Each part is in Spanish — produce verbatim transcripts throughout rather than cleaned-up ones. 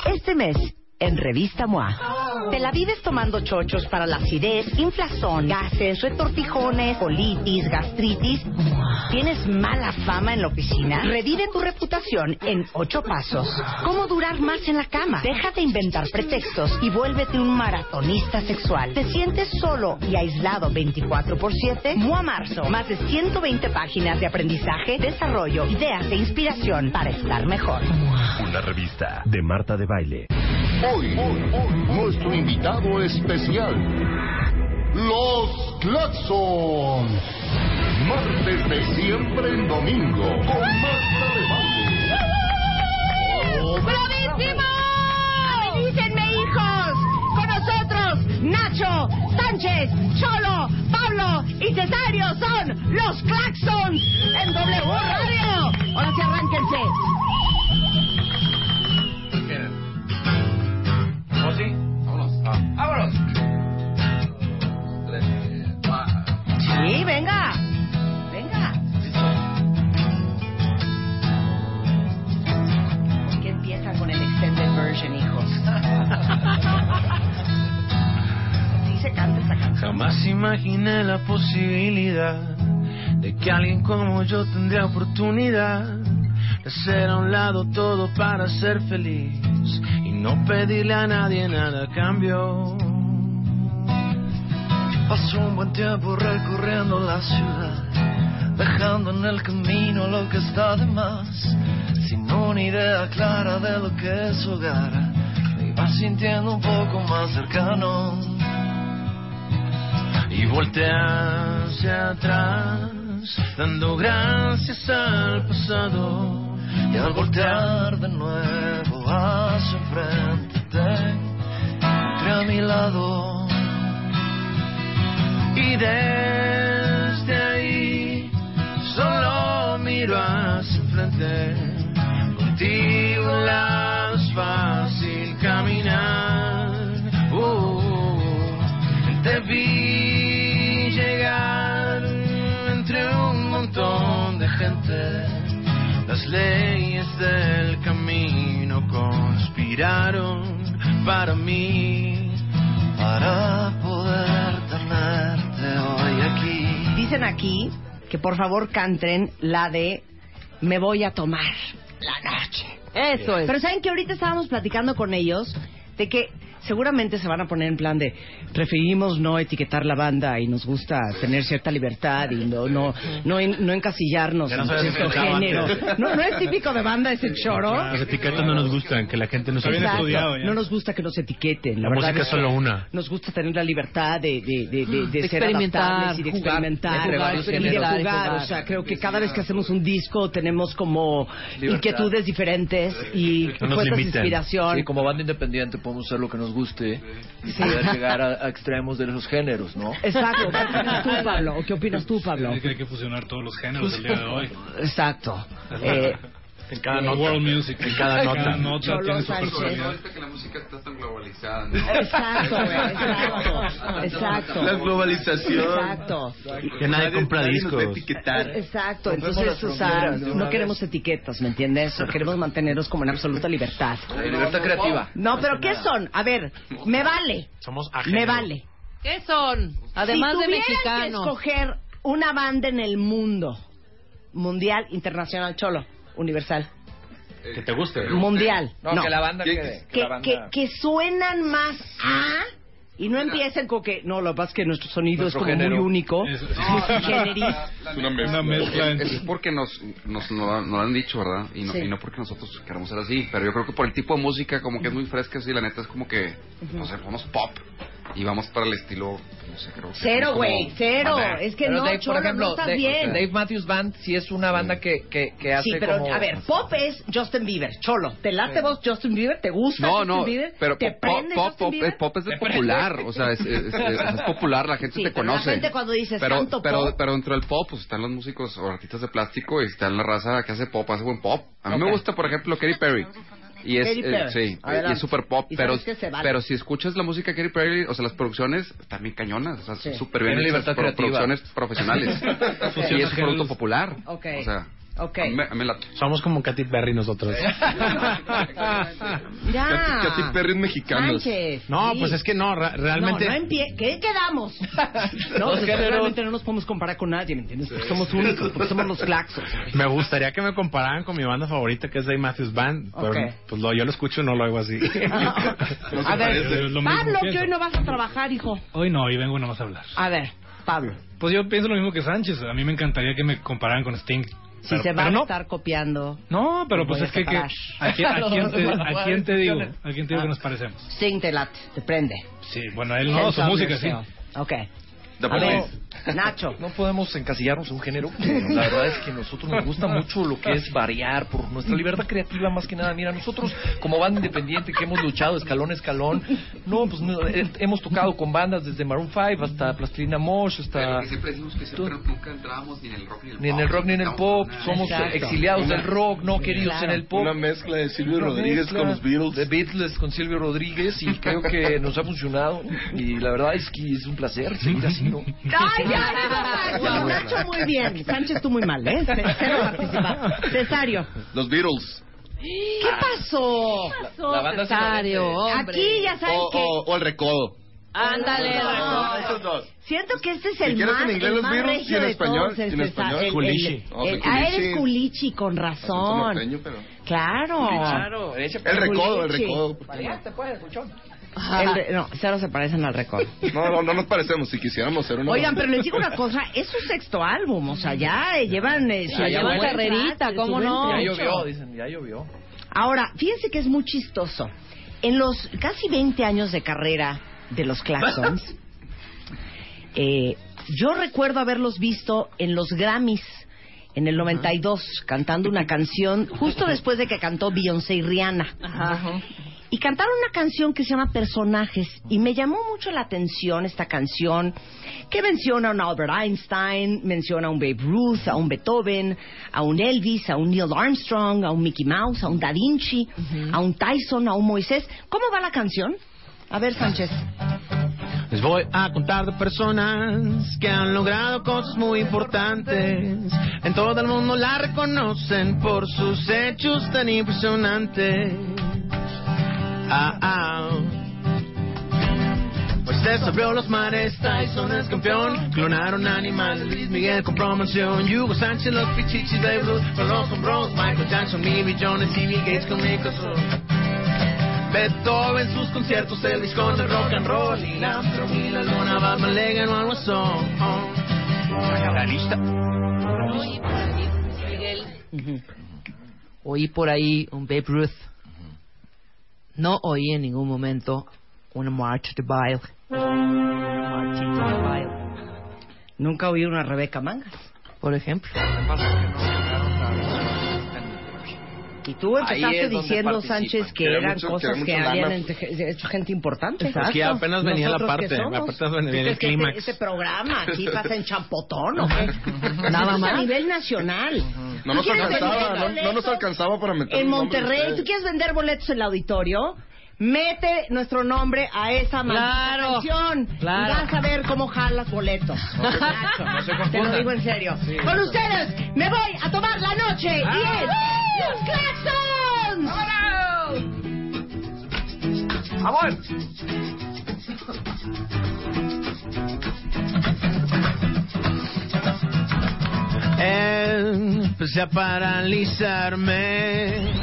Este mes, en Revista M O A. ¿Te la vives tomando chochos para la acidez, inflazón, gases, retortijones, colitis, gastritis? ¿Tienes mala fama en la oficina? Revive tu reputación en ocho pasos. ¿Cómo durar más en la cama? Deja de inventar pretextos y vuélvete un maratonista sexual. ¿Te sientes solo y aislado veinticuatro por siete? M O A Marzo. Más de ciento veinte páginas de aprendizaje, desarrollo, ideas e inspiración para estar mejor. Una revista de Marta de Baile. Hoy, hoy, hoy, nuestro invitado especial, Los Claxons. Martes de siempre en domingo, con Marta de Baile. Oh, ¡Bravísimo! ¡Avísenme, hijos! Con nosotros, Nacho, Sánchez, Cholo, Pablo y Cesario son Los Claxons en W Radio. Ahora sí, arránquense. ¿Oh, sí? Vámonos. Ah, ¡vámonos! Tres, cuatro. Sí, venga. Venga. ¿Por qué empiezan con el extended version, hijos? Así se canta esta canción. Jamás imaginé la posibilidad de que alguien como yo tendría oportunidad de hacer a un lado todo para ser feliz y no pedirle a nadie nada a cambio. Pasó un buen tiempo recorriendo la ciudad, dejando en el camino lo que está de más, sin una idea clara de lo que es hogar. Me iba sintiendo un poco más cercano y volteé hacia atrás, dando gracias al pasado. Y al voltear de nuevo hacia enfrente te encontré a mi lado. Y desde ahí solo miro hacia enfrente. Contigo la es fácil caminar. Uh, te vi llegar entre un montón de gente. Las leyes del camino conspiraron para mí, para poder tenerte hoy aquí. Dicen aquí que por favor canten la de Me voy a tomar la noche. Eso es. Pero ¿saben que ahorita estábamos platicando con ellos de que seguramente se van a poner en plan de preferimos no etiquetar la banda y nos gusta tener cierta libertad y no no no, en, no encasillarnos no en cierto género? No, no es típico de banda ese choro. Las etiquetas no nos gustan, que la gente nos Exacto. estudiado ya. No nos gusta que nos etiqueten. La, la verdad música es es solo una. Nos gusta tener la libertad de, de, de, de, de, de ser adaptables y de jugar, experimentar de jugar, y de experimentar, jugar. jugar. O sea, creo que cada vez que hacemos un disco tenemos como libertad, inquietudes diferentes y no fuentes de inspiración. Sí, como banda independiente podemos hacer lo que nos guste y poder llegar a, a extremos de los géneros, ¿no? Exacto. ¿Qué opinas tú, Pablo? ¿O qué opinas tú, Pablo? Sí, que hay que fusionar todos los géneros el día de hoy. Exacto. Eh, en cada eh, nota. World music. En cada nota. Cada nota Cholo tiene su Sánchez. personalidad. Ahorita que la música está tan globalizada, ¿no? Exacto, exacto. Exacto. La globalización. Exacto. Que nadie compra Nadie nos va a discos. etiquetar. Exacto, Rompemos entonces las o sea, fronteras de no una queremos vez. etiquetas, ¿me entiendes? O queremos mantenernos como en absoluta libertad. La libertad creativa. No, pero ¿qué son? A ver, me vale. Somos Me ajenos. vale. ¿Qué son? Además si de tuvieran mexicanos. que escoger una banda en el mundo, mundial, internacional, cholo, universal, Que te guste. mundial, No, no, que la banda que, quede. que, la banda... que, que suenan más a y no empiecen con que no, lo que pasa es que nuestro sonido Nuestro es como género. muy único, Es- muy generis. Es una mezcla. Una mezcla Es, entre- es porque nos, nos, nos lo han dicho, ¿verdad? Y no, Sí. y no porque nosotros queramos ser así. Pero yo creo que por el tipo de música, como que es muy fresca, así, la neta es como que, no sé, somos pop. Y vamos para el estilo, no sé, creo que... Cero, como- güey, cero. Es que Pero no, Dave, Cholo, por ejemplo, no estás Dave, bien. Dave Matthews Band sí es una banda que, que, que hace Sí, pero como... a ver, pop es Justin Bieber, Cholo. ¿Te late vos Justin Bieber? ¿Te gusta No, Justin no, Bieber? pero ¿Te pop, prende pop, Justin pop, Bieber? es, pop es de popular, o sea, es, es, es- es popular, la gente Sí, te pero conoce. realmente cuando dices pero, tanto pero, pop- pero dentro del pop, pues están los músicos o artistas de plástico y están la raza que hace pop, hace buen pop. A mí Ok. me gusta, por ejemplo, Katy Perry. Y es, Katy eh, Perry. sí, y Adelante. es super pop, ¿Y pero, sabes qué? Se vale. pero si escuchas la música de Katy Perry, o sea, las producciones también cañonas, o sea, Sí. súper bien Tiene hechas, libertad pro- creativa. producciones profesionales. Y es un producto popular. Ok. O sea, Ok. A mí me- a mí me late. Somos como Katy Perry nosotros. Ya. Katy, Katy Perry mexicanos. Sánchez, No, sí. pues es que no, ra- realmente... No, no empie... ¿Qué quedamos? No, pues es que realmente no nos podemos comparar con nadie, ¿me entiendes? Porque somos únicos, porque somos los Claxons. Me gustaría que me compararan con mi banda favorita, que es Dave Matthews Band. Pero Ok. pues lo, yo lo escucho y no lo oigo así. No se A ver, parece. Es lo mismo Pablo, que pienso. hoy no vas a trabajar, hijo. Hoy no, hoy vengo nomás a hablar. A ver, Pablo, Pues yo pienso lo mismo que Sánchez. A mí me encantaría que me compararan con Sting. si Pero- se pero van a no. estar copiando, No, pero Los pues voy es a que, que separar. ¿a, quién, a, quién te, ¿a quién te digo? ¿A quién te digo Ah. que nos parecemos? Sting te late, te prende. Sí, bueno, él no, su música sí. Ok. The A ver, Police. Nacho. No podemos encasillarnos en un género. La verdad es que a nosotros nos gusta mucho lo que es variar por nuestra libertad creativa más que nada. Mira, nosotros como banda independiente que hemos luchado escalón a escalón, no, pues no, eh, hemos tocado con bandas desde Maroon cinco hasta Plastilina Mosh, Pero hasta que siempre decimos que siempre nunca entrábamos ni en el rock ni en el pop. ni en el rock ni en el pop. Somos Exacto. exiliados del rock, no queridos Claro. en el pop. Una mezcla de Silvio Una Rodríguez mezcla con los Beatles. De Beatles con Silvio Rodríguez y creo que nos ha funcionado y la verdad es que es un placer seguir así, ¿no? ¡Ay, ya! Nacho, Nacho, muy bien. Sánchez, tú muy mal, ¿eh? Cero participa. Cesario. Los Beatles. ¿Qué pasó? La banda Cesario, Sinaloense. hombre. Aquí ya saben O, que... o, o el Recodo. Ándale, No. Recodo. Esos dos. Siento que este es Si el quieres más, en inglés el los más Beatles, regio y en de español, todos, el y en Cesa- español. el- el- Culichi. No, soy el- Ah, eres Culichi. culichi, con Soy razón. norteño, pero... Claro. Claro, eche El Recodo, el Culichi. Recodo. El re- no, cero se parecen al récord. No, no, no nos parecemos. Si quisiéramos ser una... Oigan, pero les digo una cosa, es su sexto álbum, o sea, ya eh, llevan eh, su Ya llevan buen carrerita, track, ¿cómo su buen no? Ya trecho. llovió, dicen, ya llovió. Ahora, fíjense que es muy chistoso. En los casi veinte años de carrera de los Claxons, eh, yo recuerdo haberlos visto en los Grammys en el noventa y dos, cantando una canción justo después de que cantó Beyoncé y Rihanna. Y cantaron una canción que se llama Personajes, y me llamó mucho la atención esta canción, que menciona a un Albert Einstein, menciona a un Babe Ruth, a un Beethoven, a un Elvis, a un Neil Armstrong, a un Mickey Mouse, a un Da Vinci, a un Tyson, a un Moisés. ¿Cómo va la canción? A ver, Sánchez. Les voy a contar de personas que han logrado cosas muy importantes. En todo el mundo la reconocen por sus hechos tan impresionantes. Ah, ah. Pues se abrió los mares, Tyson es campeón. Clonaron animales, Luis Miguel con promoción. Hugo Sánchez, los pichichis, Babe Ruth, los hombros, Michael Jackson, Mibi Jones y Bill Gates con Nicholson. Beethoven, sus conciertos, Elvis con el rock and roll. Y la y la luna, Batman, Legan o algo así. La lista. Oí por ahí, Miguel. Oí por ahí un Babe Ruth. No oí en ningún momento una March de Baile. Marchito de baile. Nunca oí una Rebeca Mangas, por ejemplo. Y tú Ahí empezaste es donde dieendo, participan. Sánchez, que Queda eran mucho- cosas queda que mucho habían lana. ente- hecho gente importante. Es que apenas venía la ¿Nosotros parte, qué somos? apenas venía ¿Tú el crees que clímax. Este, este programa aquí pasa en Champotón, ¿o qué? Nada Esto es más. a nivel nacional. No nos ¿Tú quieres alcanzaba, vender no, no nos boletos alcanzaba para meter En los nombres de Monterrey, ustedes. ¿tú quieres vender boletos en el auditorio? Mete nuestro nombre a esa maldita Claro, canción claro. y vas a ver cómo jalas boletos. Nacho, no se te lo confundan. digo en serio. Con ustedes me voy a tomar la noche y es Los Claxons. ¡Amor! Empecé a paralizarme.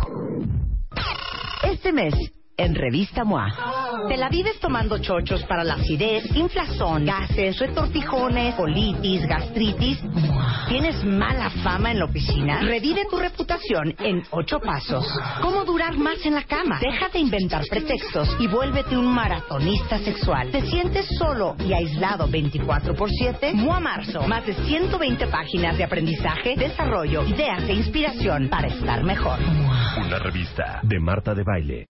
Este mes, en Revista M O A, te la vives tomando chochos para la acidez, inflazón, gases, retortijones, colitis, gastritis. ¿Tienes mala fama en la oficina? Revive tu reputación en ocho pasos. ¿Cómo durar más en la cama? Deja de inventar pretextos y vuélvete un maratonista sexual. ¿Te sientes solo y aislado veinticuatro por siete? M O A Marzo. Más de ciento veinte páginas de aprendizaje, desarrollo, ideas e inspiración para estar mejor. Una revista de Marta de Baile.